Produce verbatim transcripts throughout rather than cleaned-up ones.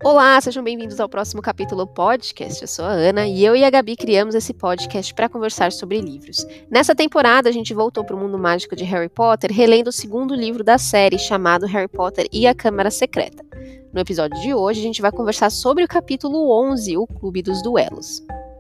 Olá, sejam bem-vindos ao próximo capítulo podcast. Eu sou a Ana e eu e a Gabi criamos esse podcast para conversar sobre livros. Nessa temporada, a gente voltou para o mundo mágico de Harry Potter, relendo o segundo livro da série, chamado Harry Potter e a Câmara Secreta. No episódio de hoje, a gente vai conversar sobre o capítulo onze, o Clube dos Duelos.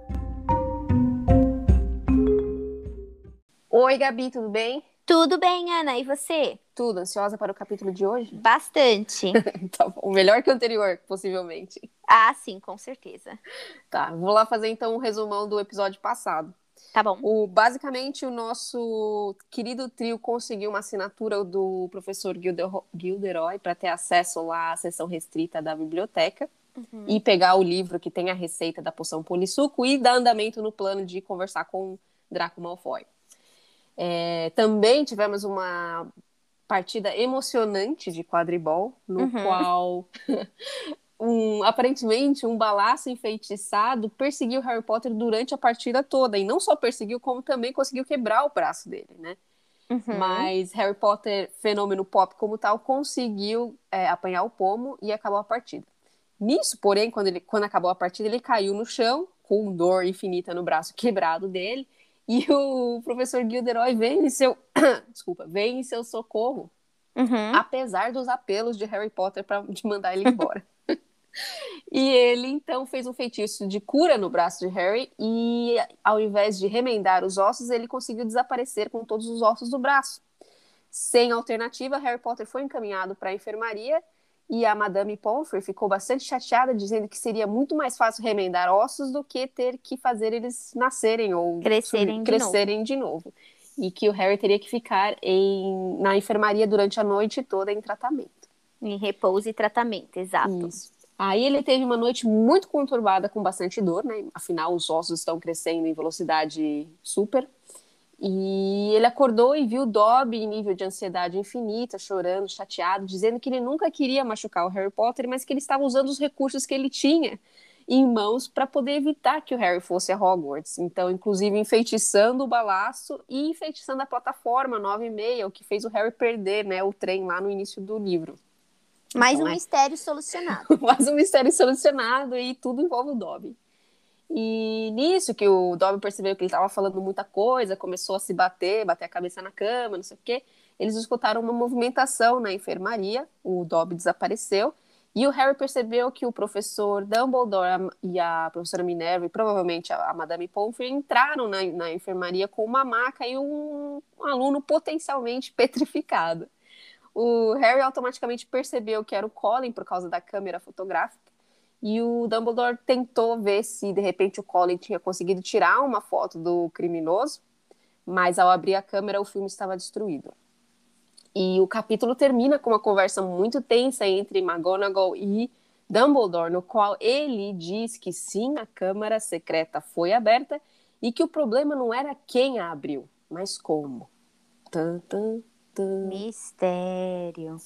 Oi, Gabi, tudo bem? Tudo bem, Ana, e você? Tudo, ansiosa para o capítulo de hoje? Bastante. Tá bom, melhor que o anterior, possivelmente. Ah, sim, com certeza. Tá, vou lá fazer então um resumão do episódio passado. Tá bom. O, basicamente, o nosso querido trio conseguiu uma assinatura do professor Gilderoy, Gilderoy para ter acesso lá à seção restrita da biblioteca Uhum. e pegar o livro que tem a receita da poção polissuco e dar andamento no plano de conversar com Draco Malfoy. É, também tivemos uma partida emocionante de quadribol, no Uhum. qual um, aparentemente um balaço enfeitiçado perseguiu Harry Potter durante a partida toda, e não só perseguiu, como também conseguiu quebrar o braço dele, né? Uhum. Mas Harry Potter, fenômeno pop como tal, conseguiu é, apanhar o pomo e acabou a partida. Nisso, porém, quando, ele, quando acabou a partida, ele caiu no chão, com dor infinita no braço quebrado dele, e o professor Gilderoy vem em seu, desculpa, vem em seu socorro, Uhum. apesar dos apelos de Harry Potter pra, de mandar ele embora. E ele, então, fez um feitiço de cura no braço de Harry e, ao invés de remendar os ossos, ele conseguiu desaparecer com todos os ossos do braço. Sem alternativa, Harry Potter foi encaminhado para a enfermaria e a Madame Pomfrey ficou bastante chateada, dizendo que seria muito mais fácil remendar ossos do que ter que fazer eles nascerem ou Crescerem de crescerem novo. de novo. E que o Harry teria que ficar em, na enfermaria durante a noite toda em tratamento. Em repouso e tratamento, exato. Isso. Aí ele teve uma noite muito conturbada, com bastante dor, né? Afinal, os ossos estão crescendo em velocidade super. E ele acordou e viu Dobby em nível de ansiedade infinita, chorando, chateado, dizendo que ele nunca queria machucar o Harry Potter, mas que ele estava usando os recursos que ele tinha em mãos para poder evitar que o Harry fosse a Hogwarts. Então, inclusive, enfeitiçando o balaço e enfeitiçando a plataforma nove e meia, o que fez o Harry perder, né, o trem lá no início do livro. Mais Então, um é... mistério solucionado. Mais um mistério solucionado e tudo envolve o Dobby. E nisso que o Dobby percebeu que ele estava falando muita coisa, começou a se bater, bater a cabeça na cama, não sei o quê. Eles escutaram uma movimentação na enfermaria, o Dobby desapareceu, e o Harry percebeu que o professor Dumbledore e a professora Minerva, e provavelmente a, a Madame Pomfrey, entraram na, na enfermaria com uma maca e um, um aluno potencialmente petrificado. O Harry automaticamente percebeu que era o Colin por causa da câmera fotográfica, e o Dumbledore tentou ver se, de repente, o Colin tinha conseguido tirar uma foto do criminoso, mas ao abrir a câmera, o filme estava destruído. E o capítulo termina com uma conversa muito tensa entre McGonagall e Dumbledore, no qual ele diz que sim, a câmara secreta foi aberta e que o problema não era quem a abriu, mas como. Tum, tum, tum. Mistério.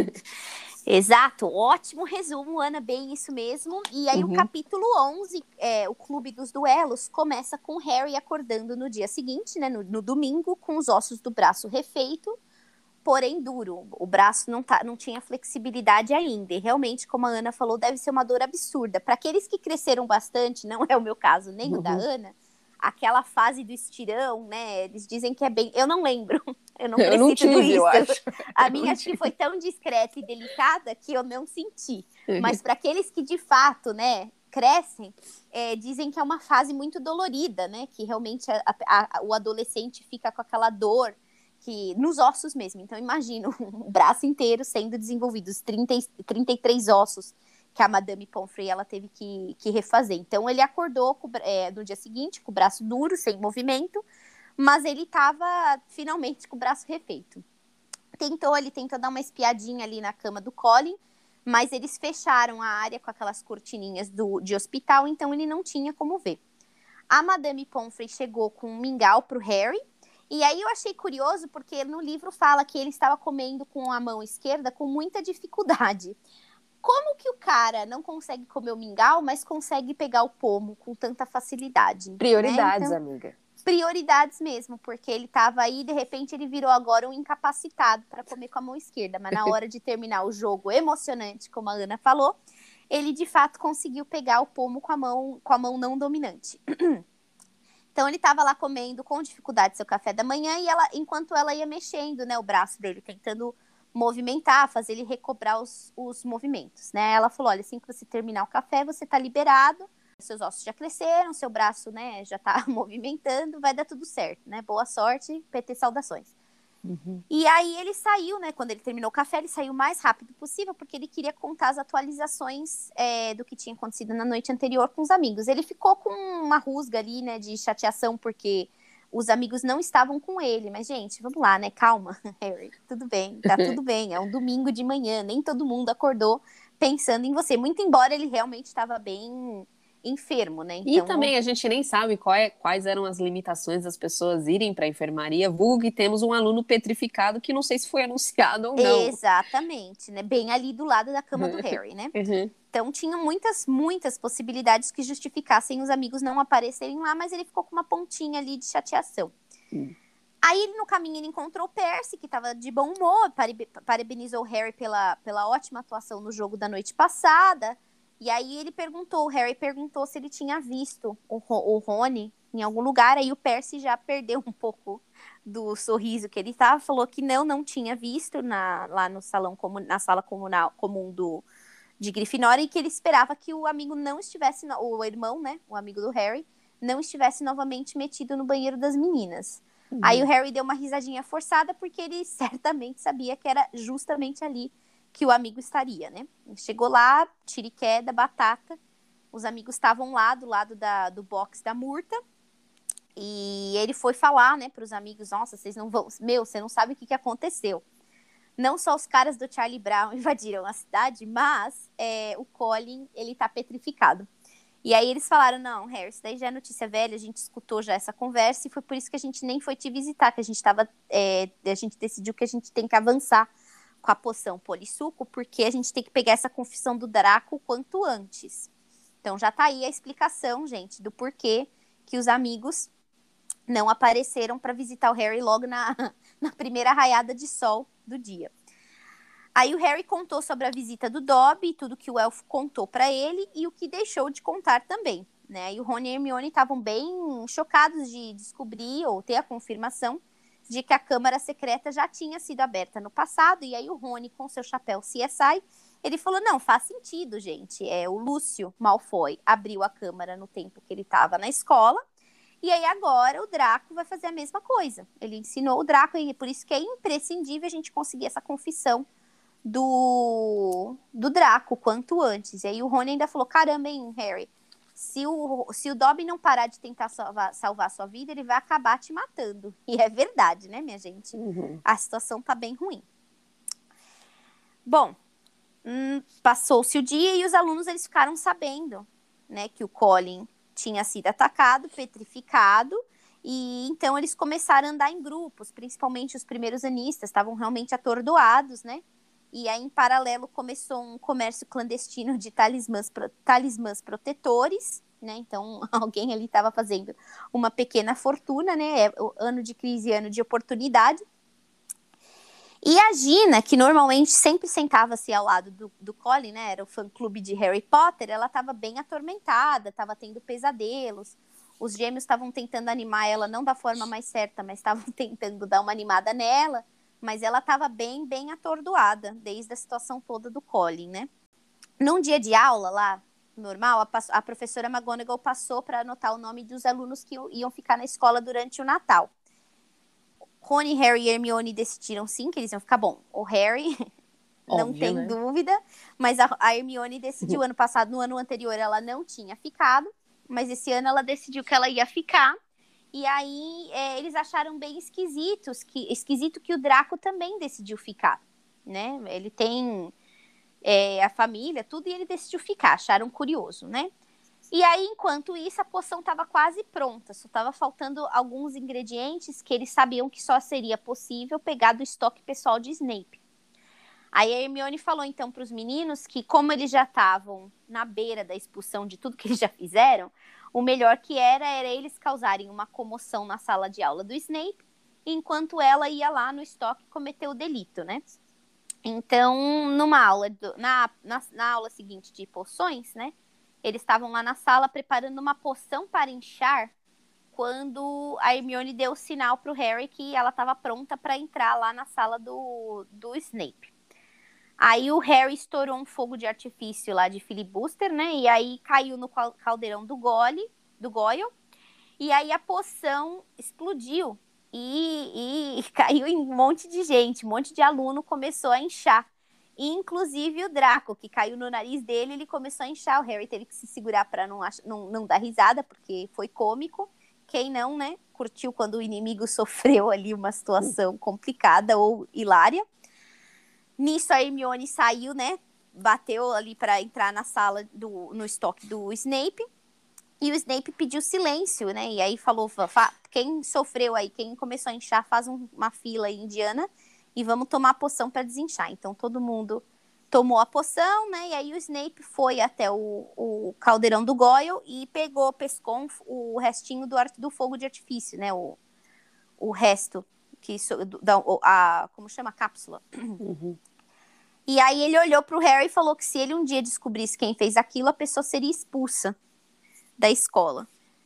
Exato, ótimo resumo, Ana, bem isso mesmo. E aí Uhum. o capítulo onze, é, o Clube dos Duelos, começa com Harry acordando no dia seguinte, né, no, no domingo, com os ossos do braço refeito, porém duro. O braço não, tá, não tinha flexibilidade ainda. E realmente, como a Ana falou, deve ser uma dor absurda. Para aqueles que cresceram bastante, não é o meu caso, nem Uhum. o da Ana, aquela fase do estirão, né? Eles dizem que é bem... Eu não lembro. Eu não cresci eu não tive, tudo isso. eu acho. A eu minha acho que foi tão discreta e delicada que eu não senti. Uhum. Mas para aqueles que de fato, né, crescem, é, dizem que é uma fase muito dolorida, né? Que realmente a, a, o adolescente fica com aquela dor que, nos ossos mesmo. Então, imagina o braço inteiro sendo desenvolvido, os trinta, trinta e três ossos que a Madame Pomfrey ela teve que, que refazer. Então, ele acordou com, é, no dia seguinte com o braço duro, sem movimento, mas ele estava finalmente com o braço refeito. Tentou, ele tentou dar uma espiadinha ali na cama do Colin, mas eles fecharam a área com aquelas cortininhas do, de hospital, então ele não tinha como ver. A Madame Pomfrey chegou com um mingau pro Harry, e aí eu achei curioso, porque no livro fala que ele estava comendo com a mão esquerda com muita dificuldade. Como que o cara não consegue comer o mingau, mas consegue pegar o pomo com tanta facilidade? Prioridades, né? Então, amiga. Prioridades mesmo, porque ele tava aí, de repente ele virou agora um incapacitado para comer com a mão esquerda, mas na hora de terminar o jogo emocionante, como a Ana falou, ele de fato conseguiu pegar o pomo com a mão, com a mão não dominante. Então ele estava lá comendo com dificuldade seu café da manhã e ela, enquanto ela ia mexendo, né, o braço dele, tentando movimentar, fazer ele recobrar os, os movimentos, né? Ela falou, olha, assim que você terminar o café, você tá liberado, seus ossos já cresceram, seu braço, né, já tá movimentando, vai dar tudo certo, né? Boa sorte, P T, saudações. Uhum. E aí ele saiu, né? Quando ele terminou o café, ele saiu o mais rápido possível, porque ele queria contar as atualizações é, do que tinha acontecido na noite anterior com os amigos. Ele ficou com uma rusga ali, né, de chateação, porque os amigos não estavam com ele. Mas, gente, vamos lá, né? Calma, Harry. Tudo bem, tá tudo bem. É um domingo de manhã, nem todo mundo acordou pensando em você. Muito embora ele realmente estava bem enfermo, né? E Então, também a gente nem sabe qual é- quais eram as limitações das pessoas irem para a enfermaria, vulgo que temos um aluno petrificado que não sei se foi anunciado ou não. exatamente, né? Bem ali do lado da cama do Harry, né? Uhum. Então tinha muitas, muitas possibilidades que justificassem os amigos não aparecerem lá, mas ele ficou com uma pontinha ali de chateação. Hum. Aí no caminho ele encontrou o Percy, que estava de bom humor, parabenizou o Harry pela, pela ótima atuação no jogo da noite passada. E aí ele perguntou, o Harry perguntou se ele tinha visto o, o Rony em algum lugar, aí o Percy já perdeu um pouco do sorriso que ele tava, falou que não, não tinha visto na, lá no salão comum, na sala comunal, comum do, de Grifinória, e que ele esperava que o amigo não estivesse, o irmão, né, o amigo do Harry, não estivesse novamente metido no banheiro das meninas. Uhum. Aí o Harry deu uma risadinha forçada, porque ele certamente sabia que era justamente ali que o amigo estaria, né? Chegou lá, tira e queda, batata. Os amigos estavam lá, do lado da, do box da Murta. E ele foi falar, né, para os amigos, nossa, vocês não vão... Meu, você não sabe o que, que aconteceu. Não só os caras do Charlie Brown invadiram a cidade, mas é, o Colin, ele tá petrificado. E aí eles falaram, não, Harry, isso daí já é notícia velha, a gente escutou já essa conversa e foi por isso que a gente nem foi te visitar, que a gente tava... É, a gente decidiu que a gente tem que avançar com a poção polissuco, porque a gente tem que pegar essa confissão do Draco o quanto antes. Então já tá aí a explicação, gente, do porquê que os amigos não apareceram para visitar o Harry logo na, na primeira raiada de sol do dia. Aí o Harry contou sobre a visita do Dobby, tudo que o elfo contou para ele e o que deixou de contar também, né? E o Rony e a Hermione estavam bem chocados de descobrir ou ter a confirmação de que a Câmara Secreta já tinha sido aberta no passado, e aí o Rony, com seu chapéu C S I, ele falou, não, faz sentido, gente, é, o Lúcio Malfoy abriu a Câmara no tempo que ele estava na escola, e aí agora o Draco vai fazer a mesma coisa. Ele ensinou o Draco, e por isso que é imprescindível a gente conseguir essa confissão do, do Draco quanto antes. E aí o Rony ainda falou, caramba, hein, Harry, se o, se o Dobby não parar de tentar salvar, salvar a sua vida, ele vai acabar te matando. E é verdade, né, minha gente? Uhum. A situação tá bem ruim. Bom, hum, passou-se o dia e os alunos eles ficaram sabendo, né, que o Colin tinha sido atacado, petrificado, e então eles começaram a andar em grupos, principalmente os primeiros anistas, estavam realmente atordoados, né? E aí, em paralelo, começou um comércio clandestino de talismãs, talismãs protetores, né? Então, alguém ali estava fazendo uma pequena fortuna, né? É o ano de crise, ano de oportunidade. E a Gina, que normalmente sempre sentava-se ao lado do, do Colin, né? Era o fã-clube de Harry Potter, ela estava bem atormentada, estava tendo pesadelos. Os gêmeos estavam tentando animar ela, não da forma mais certa, mas estavam tentando dar uma animada nela. Mas ela estava bem, bem atordoada, desde a situação toda do Colin, né? Num dia de aula lá, normal, a, a professora McGonagall passou para anotar o nome dos alunos que iam ficar na escola durante o Natal. Rony, Harry e Hermione decidiram sim que eles iam ficar bom. O Harry, não Óbvio, tem né? dúvida, mas a, a Hermione decidiu ano passado, no ano anterior ela não tinha ficado, mas esse ano ela decidiu que ela ia ficar. E aí é, eles acharam bem esquisitos que, esquisito que o Draco também decidiu ficar, né? Ele tem é, a família, tudo, e ele decidiu ficar, acharam curioso, né? E aí, enquanto isso, a poção estava quase pronta, só estava faltando alguns ingredientes que eles sabiam que só seria possível pegar do estoque pessoal de Snape. Aí a Hermione falou então para os meninos que, como eles já estavam na beira da expulsão de tudo que eles já fizeram, o melhor que era, era eles causarem uma comoção na sala de aula do Snape, enquanto ela ia lá no estoque cometer o delito, né? Então, numa aula, do, na, na, na aula seguinte de poções, né? Eles estavam lá na sala preparando uma poção para inchar quando a Hermione deu o sinal pro Harry que ela estava pronta para entrar lá na sala do, do Snape. Aí o Harry estourou um fogo de artifício lá de filibuster, né? E aí caiu no caldeirão do Gole, do Goyle. E aí a poção explodiu e, e caiu em um monte de gente, um monte de aluno começou a inchar. Inclusive o Draco, que caiu no nariz dele, ele começou a inchar. O Harry teve que se segurar para não, não, não dar risada, porque foi cômico. Quem não, né? Curtiu quando o inimigo sofreu ali uma situação complicada ou hilária. Nisso a Hermione saiu, né? Bateu ali para entrar na sala, do, no estoque do Snape. E o Snape pediu silêncio, né? E aí falou, quem sofreu aí, quem começou a inchar, faz um, uma fila aí indiana e vamos tomar a poção para desinchar. Então todo mundo tomou a poção, né? E aí o Snape foi até o, o caldeirão do Goyle e pegou, pescou um, o restinho do, do fogo de artifício, né? O, o resto, que da, a, como chama? A cápsula. Uhum. E aí ele olhou pro Harry e falou que se ele um dia descobrisse quem fez aquilo, a pessoa seria expulsa da escola.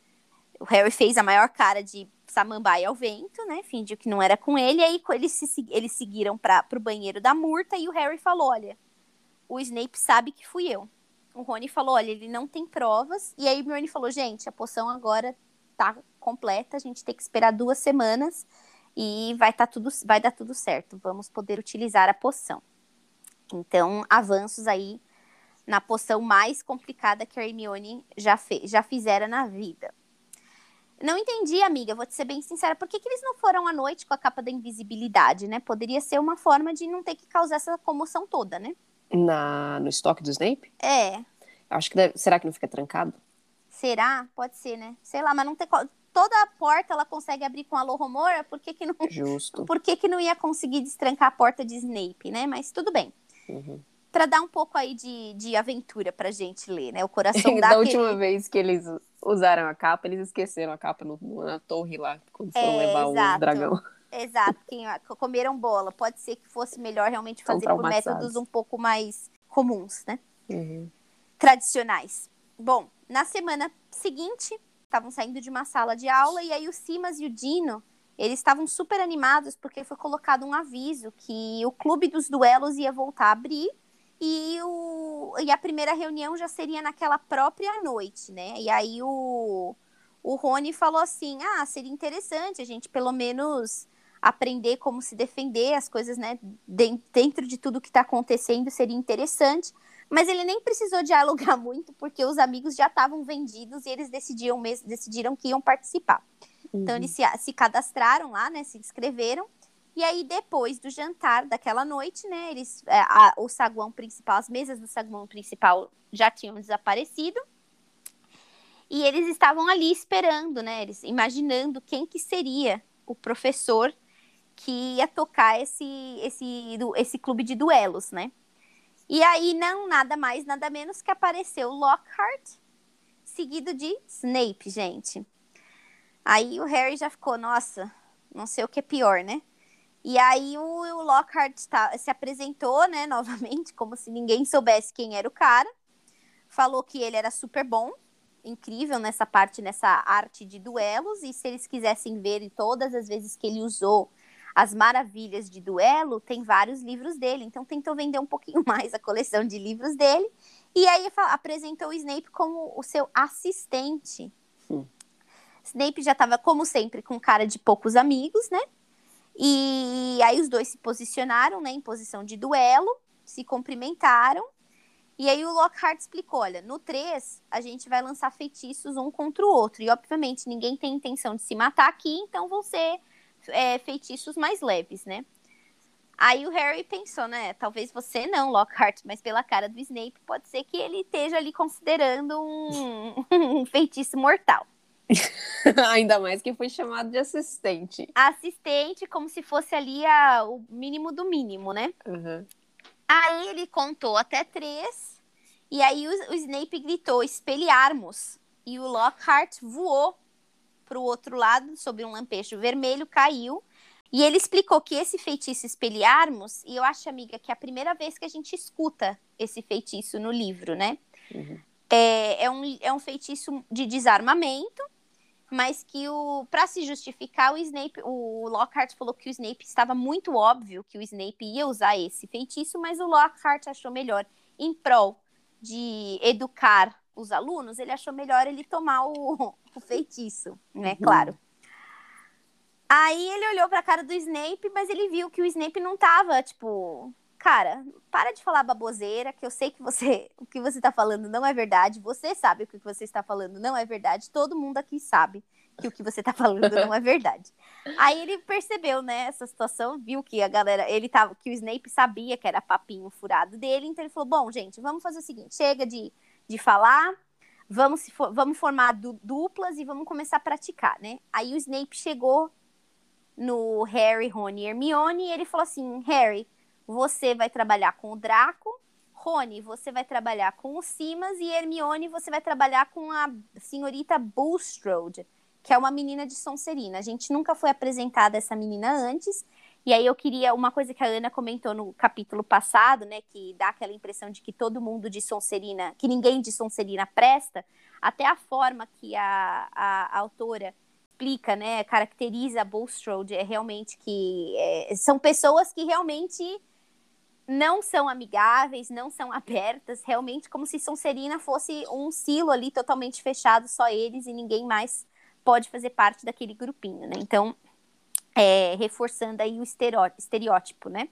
O Harry fez a maior cara de samambaia ao vento, né? Fingiu que não era com ele. E aí eles, se, eles seguiram para o banheiro da Murta e o Harry falou, olha, o Snape sabe que fui eu. O Rony falou, olha, ele não tem provas. E aí o Hermione falou, gente, a poção agora tá completa, a gente tem que esperar duas semanas e vai, tá tudo, vai dar tudo certo. Vamos poder utilizar a poção. Então, avanços aí na poção mais complicada que a Hermione já, fez, já fizera na vida. Não entendi, amiga, vou te ser bem sincera, por que, que eles não foram à noite com a capa da invisibilidade, né? Poderia ser uma forma de não ter que causar essa comoção toda, né? Na, no estoque do Snape? É. Acho que deve, será que não fica trancado? Será? Pode ser, né? Sei lá, mas não tem... Toda a porta ela consegue abrir com Alô Romora, por que que não... Justo. Por que que não ia conseguir destrancar a porta de Snape, né? Mas tudo bem. Uhum. Pra dar um pouco aí de, de aventura pra gente ler, né? O coração dá Da aquele... última vez que eles usaram a capa, eles esqueceram a capa no, na torre lá, quando foram É, levar exato. o dragão. Exato, quem comeram bola. Pode ser que fosse melhor realmente Tão fazer por métodos um pouco mais comuns, né? Uhum. Tradicionais. Bom, na semana seguinte, estavam saindo de uma sala de aula e aí o Simas e o Dino, eles estavam super animados porque foi colocado um aviso que o clube dos duelos ia voltar a abrir e, o, e a primeira reunião já seria naquela própria noite, né? E aí o, o Rony falou assim, ah, seria interessante a gente pelo menos aprender como se defender, as coisas, né, dentro de tudo que está acontecendo seria interessante, mas ele nem precisou dialogar muito, porque os amigos já estavam vendidos e eles decidiram, mesmo, decidiram que iam participar. Uhum. Então eles se, se cadastraram lá, né, se inscreveram, e aí depois do jantar daquela noite, né, eles, a, o saguão principal, as mesas do saguão principal já tinham desaparecido, e eles estavam ali esperando, né, eles imaginando quem que seria o professor que ia tocar esse, esse, esse clube de duelos, né? E aí, não, nada mais, nada menos que apareceu Lockhart, seguido de Snape, gente. Aí o Harry já ficou, nossa, não sei o que é pior, né? E aí o, o Lockhart tá, se apresentou, né, novamente, como se ninguém soubesse quem era o cara. Falou que ele era super bom, incrível nessa parte, nessa arte de duelos, e se eles quisessem ver todas as vezes que ele usou as maravilhas de duelo, tem vários livros dele, então tentou vender um pouquinho mais a coleção de livros dele, e aí apresentou o Snape como o seu assistente. Hum. Snape já estava, como sempre, com cara de poucos amigos, né? E aí os dois se posicionaram, né, em posição de duelo, se cumprimentaram, e aí o Lockhart explicou, olha, no três a gente vai lançar feitiços um contra o outro, e obviamente ninguém tem intenção de se matar aqui, então vão ser É, feitiços mais leves, né? Aí o Harry pensou, né? Talvez você não, Lockhart, mas pela cara do Snape, pode ser que ele esteja ali considerando um, um feitiço mortal. Ainda mais que foi chamado de assistente. Assistente, como se fosse ali a, o mínimo do mínimo, né? Uhum. Aí ele contou até três, e aí o, o Snape gritou, espelharmos, e o Lockhart voou para o outro lado, sob um lampejo vermelho, caiu, E ele explicou que esse feitiço Expelliarmus, e eu acho, amiga, que é a primeira vez que a gente escuta esse feitiço no livro, né? Uhum. É, é, um, é um feitiço de desarmamento, mas que o para se justificar, o Snape, o Lockhart falou que o Snape estava muito óbvio que o Snape ia usar esse feitiço, mas o Lockhart achou melhor, em prol de educar os alunos, ele achou melhor ele tomar o, o feitiço, né? Claro. Aí ele olhou pra cara do Snape, mas ele viu que o Snape não tava, tipo... Cara, para de falar baboseira, que eu sei que você, o que você tá falando não é verdade. Você sabe que o que você está falando não é verdade. Todo mundo aqui sabe que o que você tá falando não é verdade. Aí ele percebeu, né, essa situação, viu que a galera, ele tava, que o Snape sabia que era papinho furado dele, então ele falou, bom, gente, vamos fazer o seguinte, chega de, de falar, vamos, se for, vamos formar du, duplas e vamos começar a praticar, né? Aí o Snape chegou no Harry, Rony e Hermione, e ele falou assim, Harry, você vai trabalhar com o Draco, Rony, você vai trabalhar com o Simas, e Hermione, você vai trabalhar com a senhorita Bulstrode, que é uma menina de Sonserina. A gente nunca foi apresentada essa menina antes, e aí eu queria, uma coisa que a Ana comentou no capítulo passado, né, que dá aquela impressão de que todo mundo de Sonserina, que ninguém de Sonserina presta, até a forma que a, a, a autora explica, né, caracteriza a Bulstrode, é realmente que é, são pessoas que realmente não são amigáveis, não são abertas, realmente como se Sonserina fosse um silo ali totalmente fechado, só eles e ninguém mais pode fazer parte daquele grupinho, né? Então, é, reforçando aí o estereótipo, né?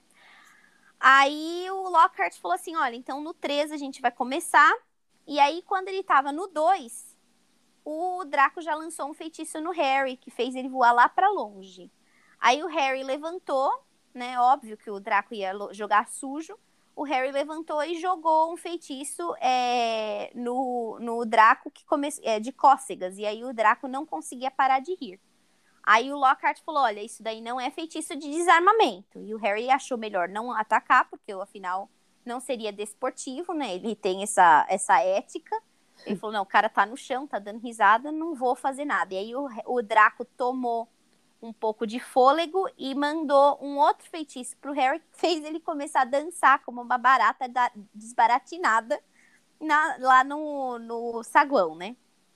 Aí o Lockhart falou assim, olha, então no três a gente vai começar, e aí quando ele tava no dois, o Draco já lançou um feitiço no Harry, que fez ele voar lá pra longe. Aí o Harry levantou, né? Óbvio que o Draco ia jogar sujo. O Harry levantou e jogou um feitiço é, no, no Draco que come, é, de cócegas. E aí o Draco não conseguia parar de rir. Aí o Lockhart falou, olha, isso daí não é feitiço de desarmamento. E o Harry achou melhor não atacar, porque afinal não seria desportivo, né? Ele tem essa, essa ética. Ele falou, não, o cara tá no chão, tá dando risada, não vou fazer nada. E aí o, o Draco tomou um pouco de fôlego e mandou um outro feitiço pro Harry, que fez ele começar a dançar como uma barata da, desbaratinada na, lá no, no saguão, né?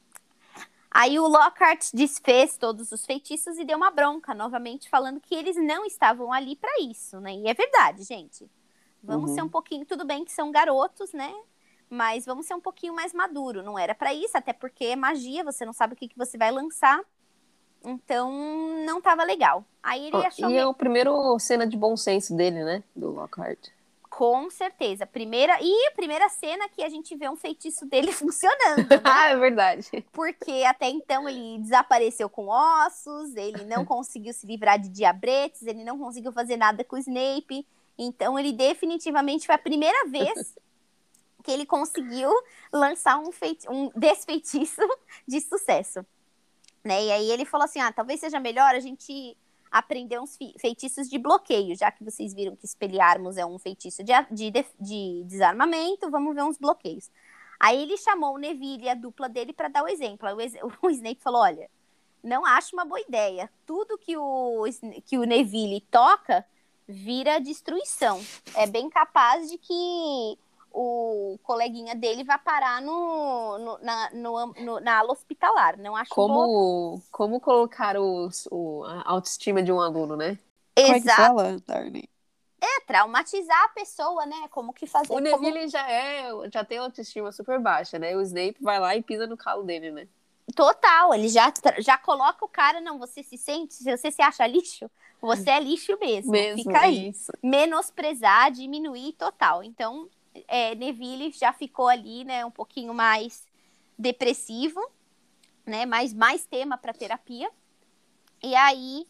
Aí o Lockhart desfez todos os feitiços e deu uma bronca, novamente falando que eles não estavam ali para isso, né? E é verdade, gente. Vamos uhum. ser um pouquinho, tudo bem que são garotos, né? Mas vamos ser um pouquinho mais maduro. Não era para isso, até porque é magia, você não sabe o que, que você vai lançar. Então, não tava legal. Aí ele oh, achou... E me... é a primeira cena de bom senso dele, né? Do Lockhart. Com certeza. Primeira... E a primeira cena que a gente vê um feitiço dele funcionando, né? Ah, é verdade. Porque até então ele desapareceu com ossos, ele não conseguiu se livrar de diabretes, ele não conseguiu fazer nada com o Snape. Então, ele definitivamente foi a primeira vez que ele conseguiu lançar um, feiti... um desfeitiço de sucesso. Né? E aí ele falou assim, ah, talvez seja melhor a gente aprender uns feitiços de bloqueio, já que vocês viram que Expelliarmus é um feitiço de, de, de desarmamento, vamos ver uns bloqueios. Aí ele chamou o Neville e a dupla dele para dar o exemplo. Aí o, o Snape falou, olha, não acho uma boa ideia. Tudo que o, que o Neville toca vira destruição. É bem capaz de que o coleguinha dele vai parar no, no, na, no, no, na ala hospitalar. Não acho como, boa. Como colocar os, o, a autoestima de um aluno, né? Exato. Como é que fala, Darnay? É, traumatizar a pessoa, né? Como que fazer. O Neville como... já é, já tem autoestima super baixa, né? O Snape vai lá e pisa no calo dele, né? Total, ele já, já coloca o cara, não, você se sente, se você se acha lixo, você é lixo mesmo. mesmo Fica aí. Isso. Menosprezar, diminuir total. Então, é, Neville já ficou ali, né, um pouquinho mais depressivo, né, mais, mais tema para terapia. E aí,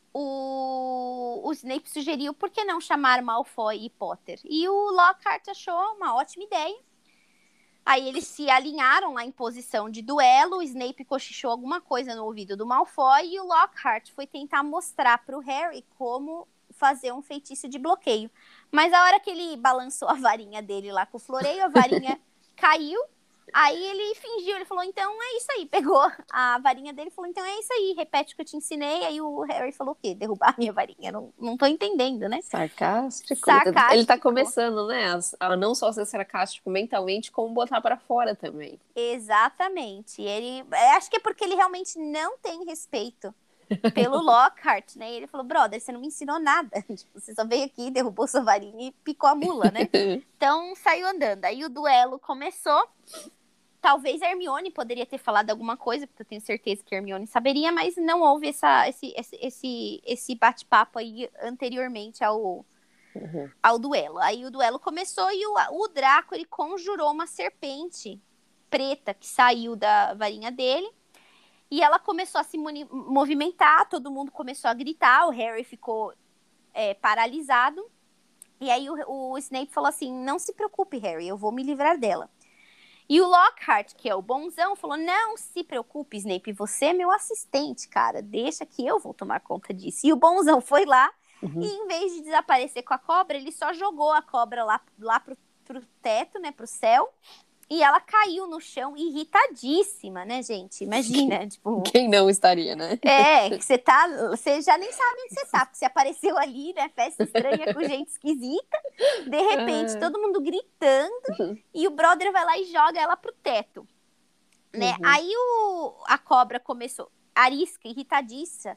o, o Snape sugeriu por que não chamar Malfoy e Potter. E o Lockhart achou uma ótima ideia. Aí eles se alinharam lá em posição de duelo, o Snape cochichou alguma coisa no ouvido do Malfoy e o Lockhart foi tentar mostrar para o Harry como fazer um feitiço de bloqueio. Mas a hora que ele balançou a varinha dele lá com o floreio, a varinha caiu, Aí ele fingiu, ele falou, então é isso aí. Pegou a varinha dele e falou, então é isso aí, repete o que eu te ensinei. Aí o Harry falou o quê? Derrubar a minha varinha? Não, não tô entendendo, né? Sarcástico. Ele tá, ele tá Sarcástico. começando, né? A, a não só ser sarcástico mentalmente, como botar pra fora também. Exatamente. Ele, é, acho que é porque ele realmente não tem respeito pelo Lockhart, né? E ele falou, brother, você não me ensinou nada. Tipo, você só veio aqui, derrubou sua varinha e picou a mula, né? Então, saiu andando. Aí o duelo começou. Talvez a Hermione poderia ter falado alguma coisa, porque eu tenho certeza que a Hermione saberia, mas não houve essa, esse, esse, esse, esse bate-papo aí anteriormente ao, Uhum. ao duelo. Aí o duelo começou e o, o Draco, ele conjurou uma serpente preta que saiu da varinha dele. E ela começou a se movimentar, todo mundo começou a gritar, o Harry ficou é, paralisado. E aí o, o Snape falou assim, não se preocupe, Harry, eu vou me livrar dela. E o Lockhart, que é o bonzão, falou, não se preocupe, Snape, você é meu assistente, cara, deixa que eu vou tomar conta disso. E o bonzão foi lá, Uhum. e em vez de desaparecer com a cobra, ele só jogou a cobra lá, lá pro, pro teto, né, pro céu. E ela caiu no chão irritadíssima, né, gente? Imagina, tipo... Quem não estaria, né? É, que você tá... Você já nem sabe onde você tá, porque você apareceu ali, né? Festa estranha com gente esquisita. De repente, Ah. todo mundo gritando. E o brother vai lá e joga ela pro teto. Né? Uhum. Aí o, a cobra começou... Arisca, irritadiça,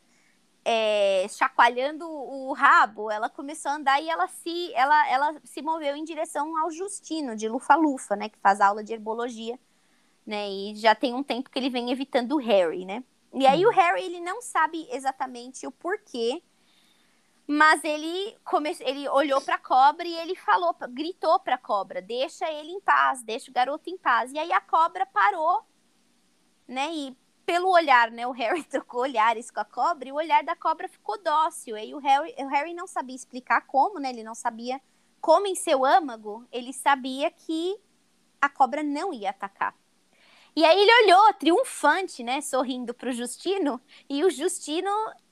é, chacoalhando o rabo, ela começou a andar e ela se, ela, ela se moveu em direção ao Justino, de Lufa-Lufa, né? Que faz aula de herbologia, né? E já tem um tempo que ele vem evitando o Harry, né? E aí Uhum. o Harry, ele não sabe exatamente o porquê, mas ele, come... ele olhou pra cobra e ele falou, gritou pra cobra, deixa ele em paz, deixa o garoto em paz. E aí a cobra parou, né? E pelo olhar, né? O Harry trocou olhares com a cobra e o olhar da cobra ficou dócil. E o Harry, o Harry não sabia explicar como, né? Ele não sabia como em seu âmago, ele sabia que a cobra não ia atacar. E aí ele olhou, triunfante, né? Sorrindo pro Justino. E o Justino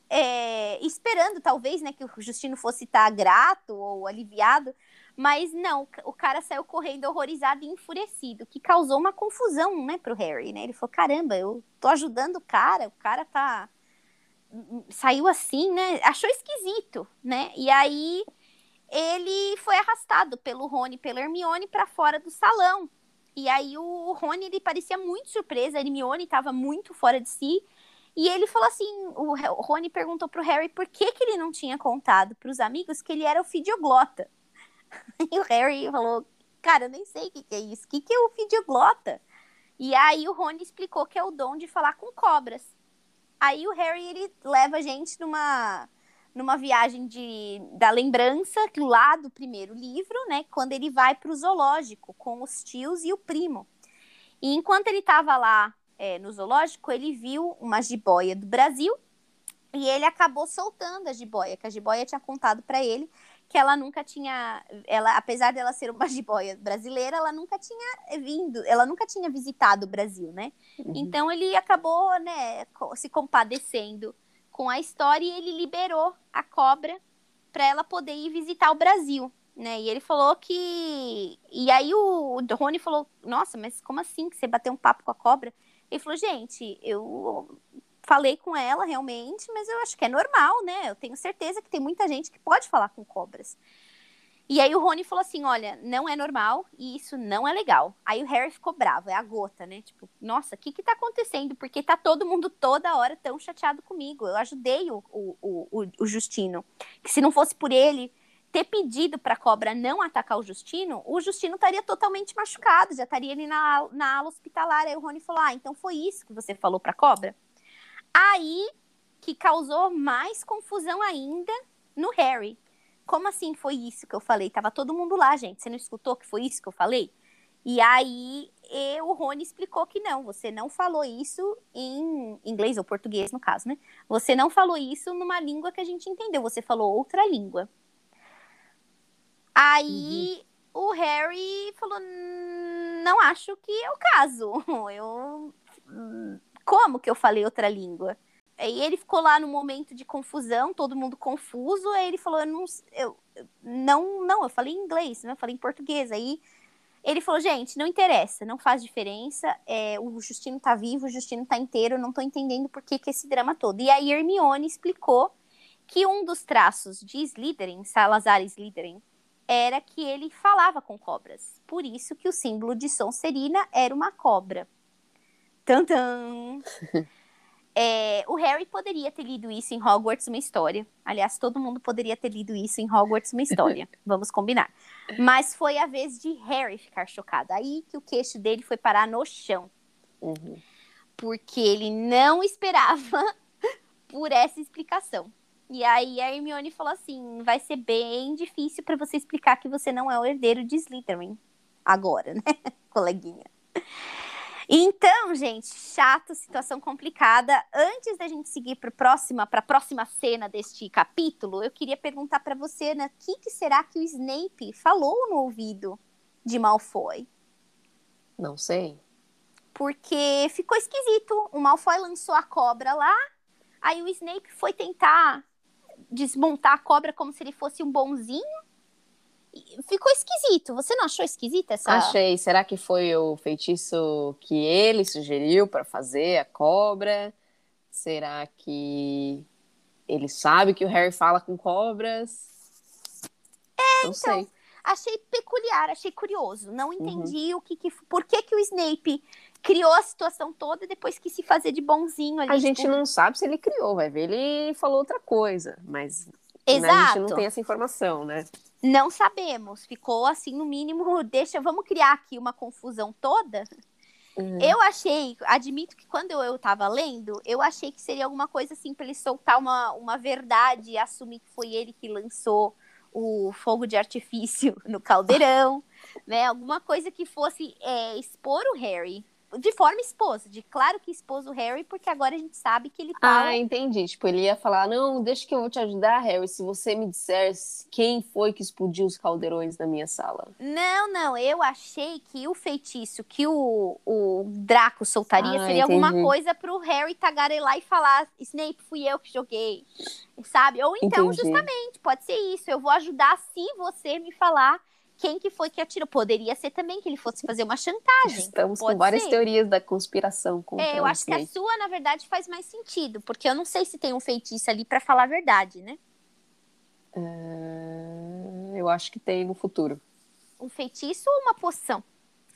é, esperando, talvez, né? Que o Justino fosse estar grato ou aliviado. Mas não, o cara saiu correndo horrorizado e enfurecido, que causou uma confusão, né, pro Harry, né? Ele falou, caramba, eu tô ajudando o cara, o cara tá... Saiu assim, né? Achou esquisito, né? E aí ele foi arrastado pelo Rony e pela Hermione para fora do salão. E aí o Rony, ele parecia muito surpreso, a Hermione estava muito fora de si. E ele falou assim, o Rony perguntou pro Harry por que, que ele não tinha contado pros amigos que ele era o fidioglota. E o Harry falou, cara, eu nem sei o que, que é isso. O que, que é o fidioglota? E aí o Rony explicou que é o dom de falar com cobras. Aí o Harry, ele leva a gente numa, numa viagem de, da lembrança, lá do primeiro livro, né? Quando ele vai pro zoológico com os tios e o primo. E enquanto ele estava lá é, no zoológico, ele viu uma jiboia do Brasil e ele acabou soltando a jiboia, que a jiboia tinha contado para ele que ela nunca tinha, ela, apesar dela ser uma jiboia brasileira, ela nunca tinha vindo, ela nunca tinha visitado o Brasil, né? Uhum. Então ele acabou, né, se compadecendo com a história e ele liberou a cobra para ela poder ir visitar o Brasil, né? E ele falou que, e aí o Rony falou, nossa, mas como assim que você bateu um papo com a cobra? Ele falou, gente, eu falei com ela realmente, mas eu acho que é normal, né? Eu tenho certeza que tem muita gente que pode falar com cobras. E aí o Rony falou assim, olha, não é normal e isso não é legal. Aí o Harry ficou bravo, é a gota, né? Tipo, nossa, o que que tá acontecendo? Porque tá todo mundo toda hora tão chateado comigo. Eu ajudei o, o, o, o Justino. Que se não fosse por ele ter pedido pra cobra não atacar o Justino, o Justino estaria totalmente machucado, já estaria ali na, na ala hospitalar. Aí o Rony falou, ah, então foi isso que você falou pra cobra? Aí que causou mais confusão ainda no Harry. Como assim foi isso que eu falei? Tava todo mundo lá, gente. Você não escutou que foi isso que eu falei? E aí e o Rony explicou que não, você não falou isso em inglês ou português, no caso, né? Você não falou isso numa língua que a gente entendeu, você falou outra língua. Aí uhum. o Harry falou, não acho que é o caso. Eu... Como que eu falei outra língua? Aí ele ficou lá no momento de confusão, todo mundo confuso, aí ele falou, eu não, eu, não, não, eu falei em inglês, né? Eu falei em português. Aí Ele falou, gente, não interessa, não faz diferença, é, o Justino tá vivo, o Justino tá inteiro, eu não tô entendendo por que, que esse drama todo. E aí Hermione explicou que um dos traços de Slytherin, Salazar Slytherin, era que ele falava com cobras. Por isso que o símbolo de Sonserina era uma cobra. Tantã! É, o Harry poderia ter lido isso em Hogwarts, uma história. Aliás, todo mundo poderia ter lido isso em Hogwarts, uma história. Vamos combinar. Mas foi a vez de Harry ficar chocado. Aí que o queixo dele foi parar no chão. Uhum. Porque ele não esperava por essa explicação. E aí a Hermione falou assim, vai ser bem difícil para você explicar que você não é o herdeiro de Slytherin. Agora, né, coleguinha? Então, gente, chato, situação complicada. Antes da gente seguir para próxima, para a próxima cena deste capítulo, eu queria perguntar para você, né, o que, que será que o Snape falou no ouvido de Malfoy? Não sei. Porque ficou esquisito. O Malfoy lançou a cobra lá, aí o Snape foi tentar desmontar a cobra como se ele fosse um bonzinho. Ficou esquisito. Você não achou esquisita essa... Achei. Será que foi o feitiço que ele sugeriu para fazer a cobra? Será que ele sabe que o Harry fala com cobras? É, não então, sei. Achei peculiar, achei curioso. Não entendi uhum. o que, que por que, que o Snape criou a situação toda e depois quis se fazer de bonzinho ali. A tipo... gente não sabe se ele criou, vai ver, ele falou outra coisa, mas Exato. A gente não tem essa informação, né? Não sabemos. Ficou assim, no mínimo, deixa, vamos criar aqui uma confusão toda. Uhum. Eu achei, admito que quando eu, eu tava lendo, eu achei que seria alguma coisa assim para ele soltar uma, uma verdade e assumir que foi ele que lançou o fogo de artifício no caldeirão, né? Alguma coisa que fosse é, expor o Harry. De forma esposa, de claro que expôs o Harry, porque agora a gente sabe que ele fala... Ah, entendi. Tipo, ele ia falar, não, deixa que eu vou te ajudar, Harry, se você me disser quem foi que explodiu os caldeirões na minha sala. Não, não, eu achei que o feitiço que o, o Draco soltaria ah, seria entendi. alguma coisa pro Harry tagarelar e falar, Snape, fui eu que joguei, sabe? Ou então, entendi. justamente, pode ser isso, eu vou ajudar se você me falar quem que foi que atirou. Poderia ser também que ele fosse fazer uma chantagem. Estamos Pode com várias ser. teorias da conspiração contra É, eu acho que a sua, na verdade, faz mais sentido. Porque eu não sei se tem um feitiço ali pra falar a verdade, né? Uh, eu acho que tem no futuro. Um feitiço ou uma poção?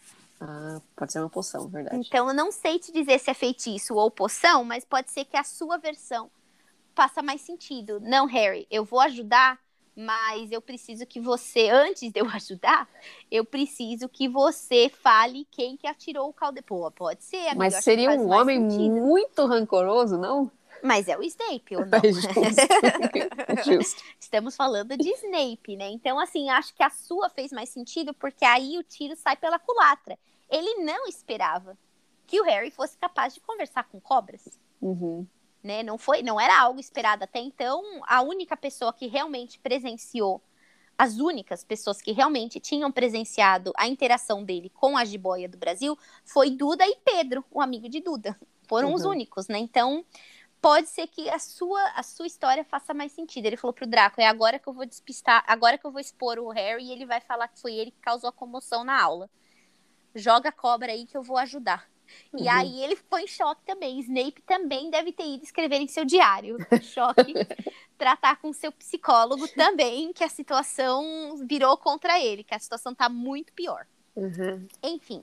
Ah, pode ser uma poção, verdade. Então, eu não sei te dizer se é feitiço ou poção, mas pode ser que a sua versão faça mais sentido. Não, Harry, eu vou ajudar... Mas eu preciso que você, antes de eu ajudar, eu preciso que você fale quem que atirou o caldeirão. Pô, pode ser, amiga. Mas seria um homem sentido. muito rancoroso, não? Mas é o Snape, ou não? É justo. Justo. Estamos falando de Snape, né? Então, assim, acho que a sua fez mais sentido, porque aí o tiro sai pela culatra. Ele não esperava que o Harry fosse capaz de conversar com cobras. Uhum. Né? Não foi, não era algo esperado até então. A única pessoa que realmente presenciou, as únicas pessoas que realmente tinham presenciado a interação dele com a jiboia do Brasil foi Duda e Pedro, o amigo de Duda. Foram uhum. os únicos, né? Então, pode ser que a sua, a sua história faça mais sentido. Ele falou pro Draco, é agora que eu vou despistar, agora que eu vou expor o Harry e ele vai falar que foi ele que causou a comoção na aula. Joga a cobra aí que eu vou ajudar. E uhum. aí ele ficou em choque também. Snape também deve ter ido escrever em seu diário. Choque. Tratar com seu psicólogo também, que a situação virou contra ele, que a situação tá muito pior. Uhum. Enfim.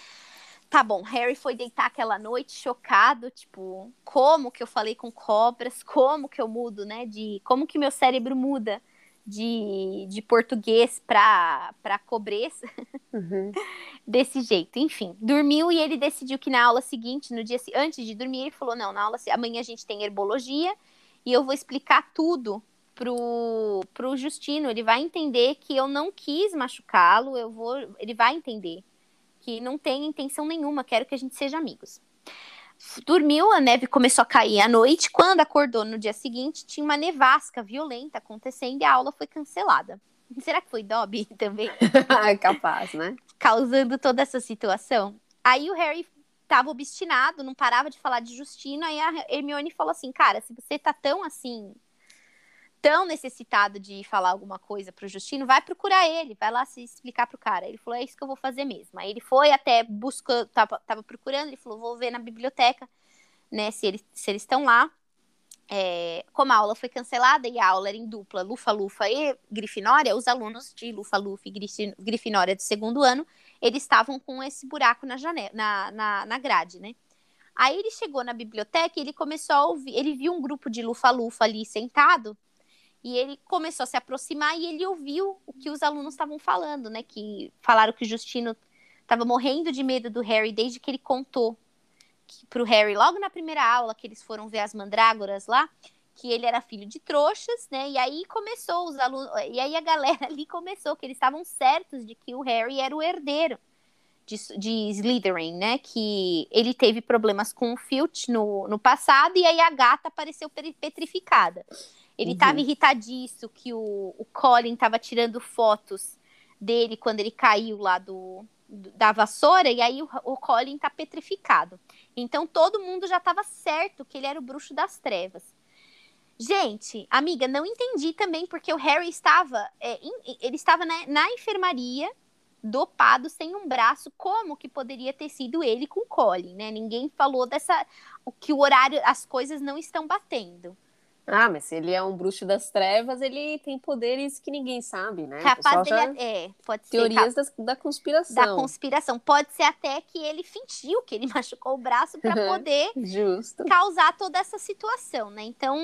Tá bom, Harry foi deitar aquela noite chocado, tipo, como que eu falei com cobras, como que eu mudo, né, de, como que meu cérebro muda de, de português pra, pra cobreza. Uhum. Desse jeito, enfim, dormiu e ele decidiu que na aula seguinte, no dia antes de dormir, ele falou, não, na aula amanhã a gente tem herbologia e eu vou explicar tudo pro, pro Justino, ele vai entender que eu não quis machucá-lo, eu vou, ele vai entender que não tem intenção nenhuma, quero que a gente seja amigos. Dormiu, a neve começou a cair à noite, quando acordou no dia seguinte, tinha uma nevasca violenta acontecendo e a aula foi cancelada. Será que foi Dobby também? Capaz, né? Causando toda essa situação. Aí o Harry tava obstinado, não parava de falar de Justino, aí a Hermione falou assim, cara, se você tá tão assim, tão necessitado de falar alguma coisa pro Justino, vai procurar ele, vai lá se explicar pro cara. Ele falou, é isso que eu vou fazer mesmo. Aí ele foi até buscando, tava, tava procurando, ele falou, vou ver na biblioteca, né, se eles se eles estão lá. É, como a aula foi cancelada e a aula era em dupla, Lufa-Lufa e Grifinória, os alunos de Lufa-Lufa e Grifinória do segundo ano, eles estavam com esse buraco na janela, na, na, na grade, né? Aí ele chegou na biblioteca e ele começou a ouvir, ele viu um grupo de Lufa-Lufa ali sentado, e ele começou a se aproximar e ele ouviu o que os alunos estavam falando, né? Que falaram que o Justino estava morrendo de medo do Harry desde que ele contou pro Harry, logo na primeira aula, que eles foram ver as mandrágoras lá, que ele era filho de trouxas, né? E aí começou os alunos, e aí a galera ali começou, que eles estavam certos de que o Harry era o herdeiro de, de Slytherin, né? Que ele teve problemas com o Filch no, no passado, e aí a gata apareceu petrificada. Ele estava uhum. irritadíssimo que o, o Colin estava tirando fotos dele quando ele caiu lá do, do da vassoura, e aí o, o Colin tá petrificado. Então todo mundo já estava certo que ele era o bruxo das trevas. Gente, amiga, não entendi também porque o Harry estava, é, in, ele estava na, na enfermaria, dopado, sem um braço, como que poderia ter sido ele com o Colin, né? Ninguém falou dessa, que o horário, as coisas não estão batendo. Ah, mas se ele é um bruxo das trevas, ele tem poderes que ninguém sabe, né? Capaz dele, já... é, pode teorias ser. Teorias da conspiração. Da conspiração. Pode ser até que ele fingiu que ele machucou o braço para poder Justo. causar toda essa situação, né? Então,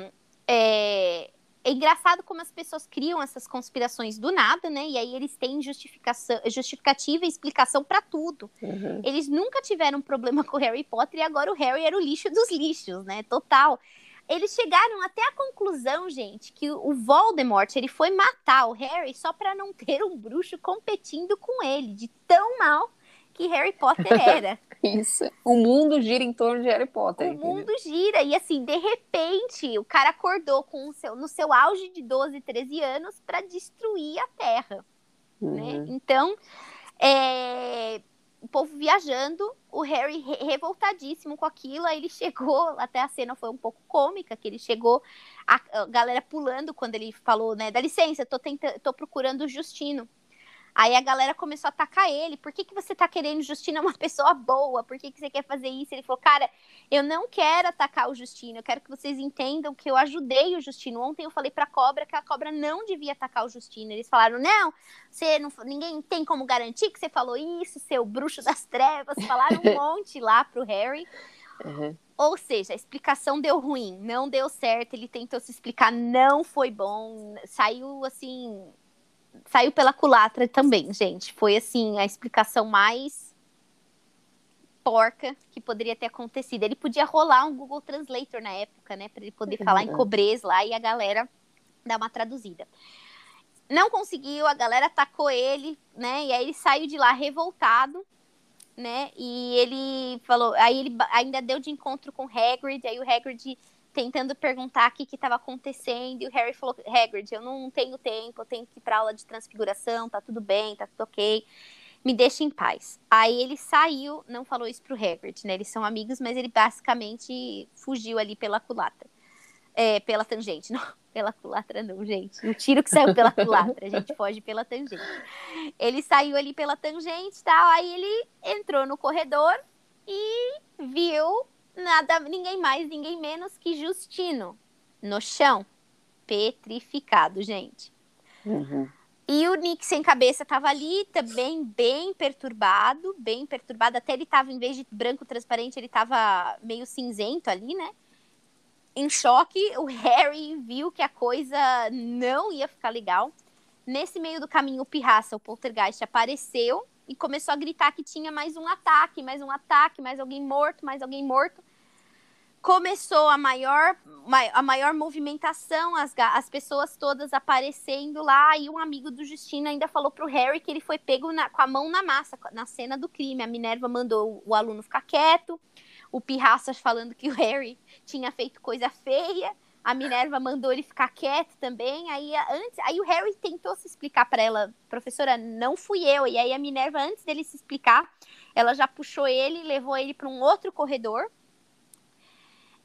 é... é engraçado como as pessoas criam essas conspirações do nada, né? E aí eles têm justificação, justificativa e explicação para tudo. Uhum. Eles nunca tiveram problema com o Harry Potter e agora o Harry era o lixo dos lixos, né? Total. Eles chegaram até a conclusão, gente, que o Voldemort, ele foi matar o Harry só para não ter um bruxo competindo com ele, de tão mal que Harry Potter era. Isso. O mundo gira em torno de Harry Potter. O entendeu? mundo gira. E assim, de repente, o cara acordou com o seu, no seu auge de doze, treze anos para destruir a Terra. Uhum. Né? Então, é... o povo viajando, o Harry re revoltadíssimo com aquilo, aí ele chegou, até a cena foi um pouco cômica, que ele chegou, a, a galera pulando quando ele falou, né, dá licença, tô, tentando, tô procurando o Justino. Aí a galera começou a atacar ele, por que que você tá querendo, o Justino é uma pessoa boa, por que que você quer fazer isso? Ele falou, cara, eu não quero atacar o Justino, eu quero que vocês entendam que eu ajudei o Justino. Ontem eu falei pra cobra que a cobra não devia atacar o Justino. Eles falaram, não, você não, ninguém tem como garantir que você falou isso, seu bruxo das trevas. Falaram um monte lá pro Harry. Uhum. Ou seja, a explicação deu ruim, não deu certo, ele tentou se explicar, não foi bom, saiu assim... Saiu pela culatra também, gente. Foi, assim, a explicação mais porca que poderia ter acontecido. Ele podia rolar um Google Translator na época, né? Pra ele poder falar em cobrês lá e a galera dar uma traduzida. Não conseguiu, a galera atacou ele, né? E aí ele saiu de lá revoltado, né? E ele falou... Aí ele ainda deu de encontro com o Hagrid. Aí o Hagrid... tentando perguntar o que estava acontecendo, e o Harry falou, Hagrid, eu não tenho tempo, eu tenho que ir pra aula de transfiguração, tá tudo bem, tá tudo ok, me deixa em paz. Aí ele saiu, não falou isso pro Hagrid, né, eles são amigos, mas ele basicamente fugiu ali pela culatra, é, pela tangente, não, pela culatra não, gente, um tiro que saiu pela culatra, a gente foge pela tangente. Ele saiu ali pela tangente e tal, aí ele entrou no corredor e viu nada, ninguém mais, ninguém menos que Justino, no chão, petrificado, gente. Uhum. E o Nick sem cabeça tava ali, também bem perturbado, bem perturbado, até ele tava, em vez de branco transparente, ele tava meio cinzento ali, né? Em choque, o Harry viu que a coisa não ia ficar legal. Nesse meio do caminho, o Pirraça, o Poltergeist, apareceu e começou a gritar que tinha mais um ataque, mais um ataque, mais alguém morto, mais alguém morto. Começou a maior, a maior movimentação, as, as pessoas todas aparecendo lá, e um amigo do Justino ainda falou pro Harry que ele foi pego na, com a mão na massa, na cena do crime. A Minerva mandou o, o aluno ficar quieto, o Pirraça falando que o Harry tinha feito coisa feia, a Minerva mandou ele ficar quieto também, aí, antes, aí o Harry tentou se explicar para ela, professora, não fui eu, e aí a Minerva, antes dele se explicar, ela já puxou ele e levou ele para um outro corredor.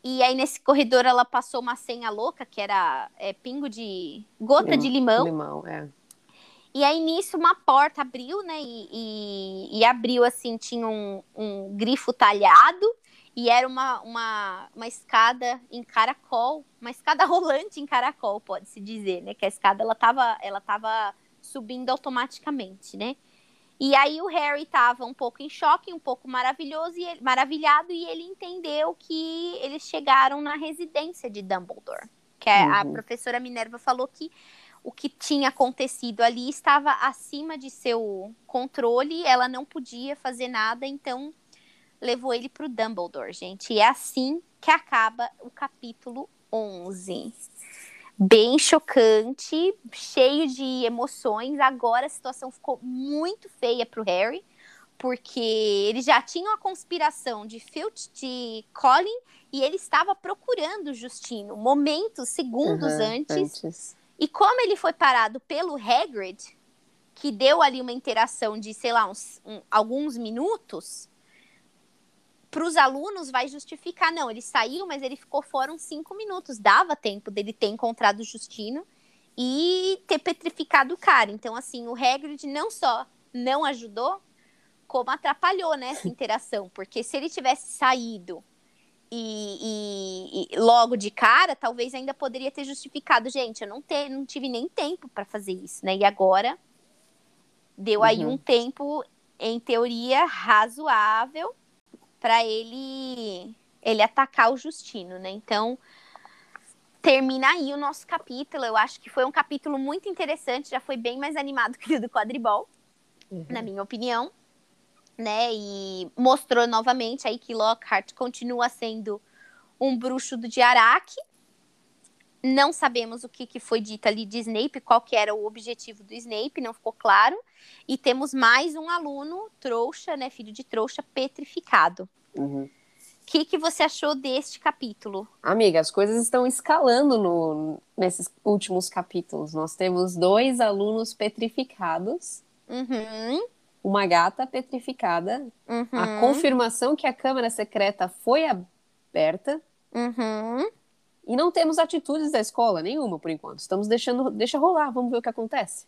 E aí, nesse corredor, ela passou uma senha louca, que era é, pingo de... gota de limão. Limão, é. E aí, nisso, uma porta abriu, né? E, e, e abriu, assim, tinha um, um grifo talhado. E era uma, uma, uma escada em caracol. Uma escada rolante em caracol, pode-se dizer, né? Que a escada, ela tava, ela tava subindo automaticamente, né? E aí o Harry estava um pouco em choque, um pouco maravilhoso e ele, maravilhado, e ele entendeu que eles chegaram na residência de Dumbledore. Que a, uhum. a professora Minerva falou que o que tinha acontecido ali estava acima de seu controle, ela não podia fazer nada, então levou ele para o Dumbledore, gente. E é assim que acaba o capítulo onze. Bem chocante, cheio de emoções. Agora a situação ficou muito feia pro Harry, porque eles já tinham a conspiração de Filch, de Colin, e ele estava procurando o Justino momentos, segundos uhum, antes. antes. E como ele foi parado pelo Hagrid, que deu ali uma interação de, sei lá, uns, um, alguns minutos, para os alunos vai justificar, não, ele saiu, mas ele ficou fora uns cinco minutos, dava tempo dele ter encontrado o Justino e ter petrificado o cara. Então, assim, o Hagrid não só não ajudou, como atrapalhou, né, essa interação, porque se ele tivesse saído e, e, e logo de cara, talvez ainda poderia ter justificado, gente, eu não, te, não tive nem tempo para fazer isso, né, e agora deu uhum. aí um tempo, em teoria, razoável, para ele ele atacar o Justino, né? Então, termina aí o nosso capítulo. Eu acho que foi um capítulo muito interessante, já foi bem mais animado que o do quadribol, uhum. na minha opinião, né? E mostrou novamente aí que Lockhart continua sendo um bruxo do Diaraque. Não sabemos o que, que foi dito ali de Snape, qual que era o objetivo do Snape, não ficou claro. E temos mais um aluno trouxa, né? Filho de trouxa, petrificado. Uhum. O que, que você achou deste capítulo? Amiga, as coisas estão escalando no, nesses últimos capítulos. Nós temos dois alunos petrificados, uhum. uma gata petrificada, uhum. a confirmação que a Câmara Secreta foi aberta, uhum. e não temos atitudes da escola, nenhuma por enquanto. Estamos deixando, deixa rolar, vamos ver o que acontece.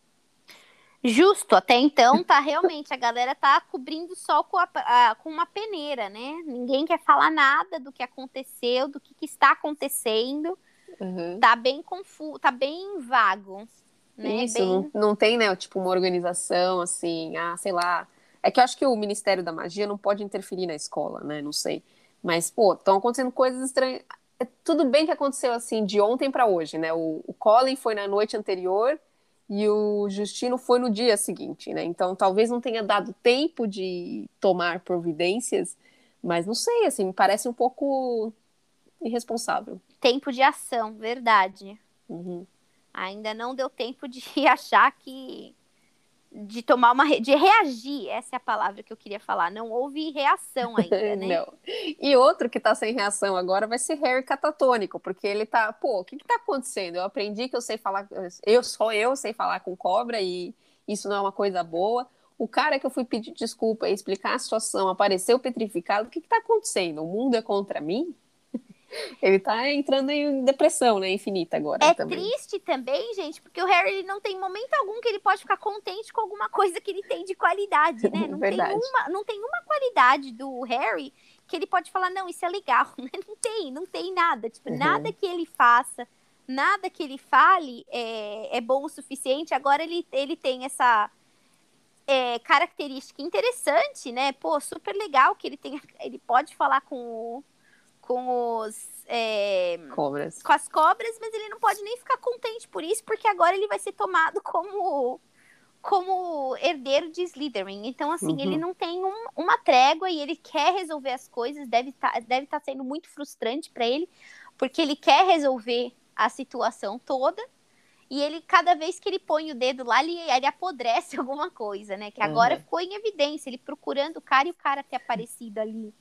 Justo, até então tá realmente, a galera tá cobrindo o sol com, a, a, com uma peneira, né? Ninguém quer falar nada do que aconteceu, do que, que está acontecendo. Uhum. Tá bem confuso, tá bem vago. Né? Isso, bem... não, não tem, né, tipo, uma organização assim, ah, sei lá. É que eu acho que o Ministério da Magia não pode interferir na escola, né? Não sei. Mas, pô, estão acontecendo coisas estranhas. É tudo bem que aconteceu assim, de ontem para hoje, né? O, o Colin foi na noite anterior e o Justino foi no dia seguinte, né? Então, talvez não tenha dado tempo de tomar providências, mas não sei, assim, me parece um pouco irresponsável. Tempo de ação, verdade. Uhum. Ainda não deu tempo de achar que... de tomar uma... Re... de reagir, essa é a palavra que eu queria falar. Não houve reação ainda, né? Não. E outro que tá sem reação agora vai ser Harry catatônico, porque ele tá, pô, o que que tá acontecendo? Eu aprendi que eu sei falar, eu só eu sei falar com cobra e isso não é uma coisa boa. O cara que eu fui pedir desculpa e explicar a situação apareceu petrificado. O que que tá acontecendo? O mundo é contra mim? Ele tá entrando em depressão, né, infinita agora. É também. triste também, gente, porque o Harry ele não tem momento algum que ele pode ficar contente com alguma coisa que ele tem de qualidade, né? Não, tem uma, não tem uma qualidade do Harry que ele pode falar, não, isso é legal. Não tem, não tem nada. Tipo, uhum. nada que ele faça, nada que ele fale é, é bom o suficiente. Agora ele, ele tem essa... É, característica interessante, né? Pô, super legal que ele tem... Ele pode falar com o... com os é, cobras. com as cobras, mas ele não pode nem ficar contente por isso, porque agora ele vai ser tomado como como herdeiro de Slytherin. Então, assim, uhum. ele não tem um, uma trégua e ele quer resolver as coisas, deve estar tá, deve tá sendo muito frustrante para ele, porque ele quer resolver a situação toda, e ele, cada vez que ele põe o dedo lá, ele, ele apodrece alguma coisa, né? Que agora uhum. ficou em evidência, ele procurando o cara e o cara ter aparecido ali.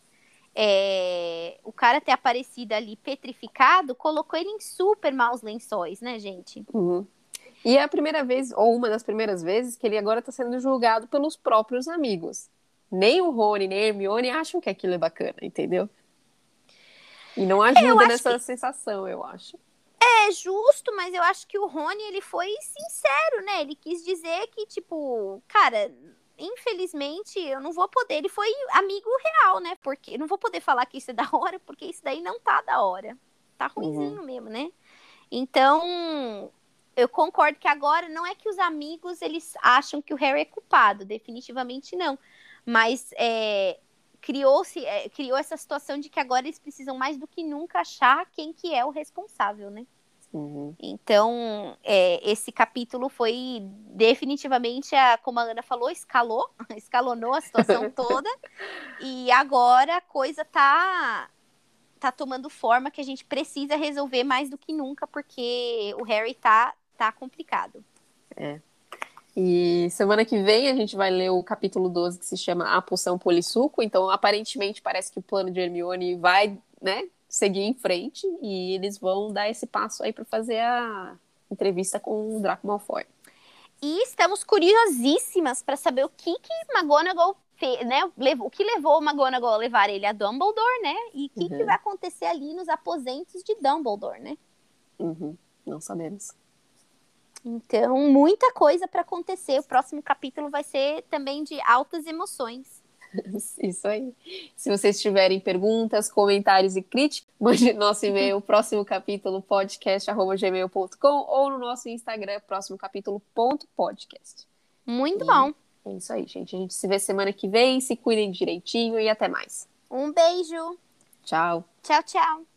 É, o cara ter aparecido ali petrificado colocou ele em super maus lençóis, né, gente? Uhum. E é a primeira vez, ou uma das primeiras vezes, que ele agora está sendo julgado pelos próprios amigos. Nem o Rony, nem a Hermione acham que aquilo é bacana, entendeu? E não ajuda acho nessa que- sensação, eu acho. É justo, mas eu acho que o Rony, ele foi sincero, né? Ele quis dizer que, tipo, cara, infelizmente eu não vou poder. Ele foi amigo real, né? Porque eu não vou poder falar que isso é da hora, porque isso daí não tá da hora. Tá ruinzinho Uhum. mesmo, né? Então, eu concordo que agora não é que os amigos eles acham que o Harry é culpado, definitivamente não. Mas é, criou-se, é, criou essa situação de que agora eles precisam mais do que nunca achar quem que é o responsável, né? Uhum. Então, é, esse capítulo foi definitivamente, a, como a Ana falou, escalou, escalonou a situação toda. E agora a coisa tá tá tomando forma que a gente precisa resolver mais do que nunca, porque o Harry tá, tá complicado. E semana que vem a gente vai ler o capítulo doze, que se chama A Poção Polissuco. Então, aparentemente, parece que o plano de Hermione vai, né, seguir em frente. E eles vão dar esse passo aí para fazer a entrevista com o Draco Malfoy. E estamos curiosíssimas para saber o que que McGonagall fez, né? O que levou o McGonagall a levar ele a Dumbledore, né? E o que, Uhum. que vai acontecer ali nos aposentos de Dumbledore, né? Uhum. Não sabemos. Então, muita coisa para acontecer. O próximo capítulo vai ser também de altas emoções. Isso aí. Se vocês tiverem perguntas, comentários e críticas, mande no nosso e-mail, próximo capítulo, podcast arroba gmail ponto com, ou no nosso Instagram, próximo capítulo ponto podcast. Muito E bom. é isso aí, gente. A gente se vê semana que vem. Se cuidem direitinho e até mais. Um beijo. Tchau. Tchau, tchau.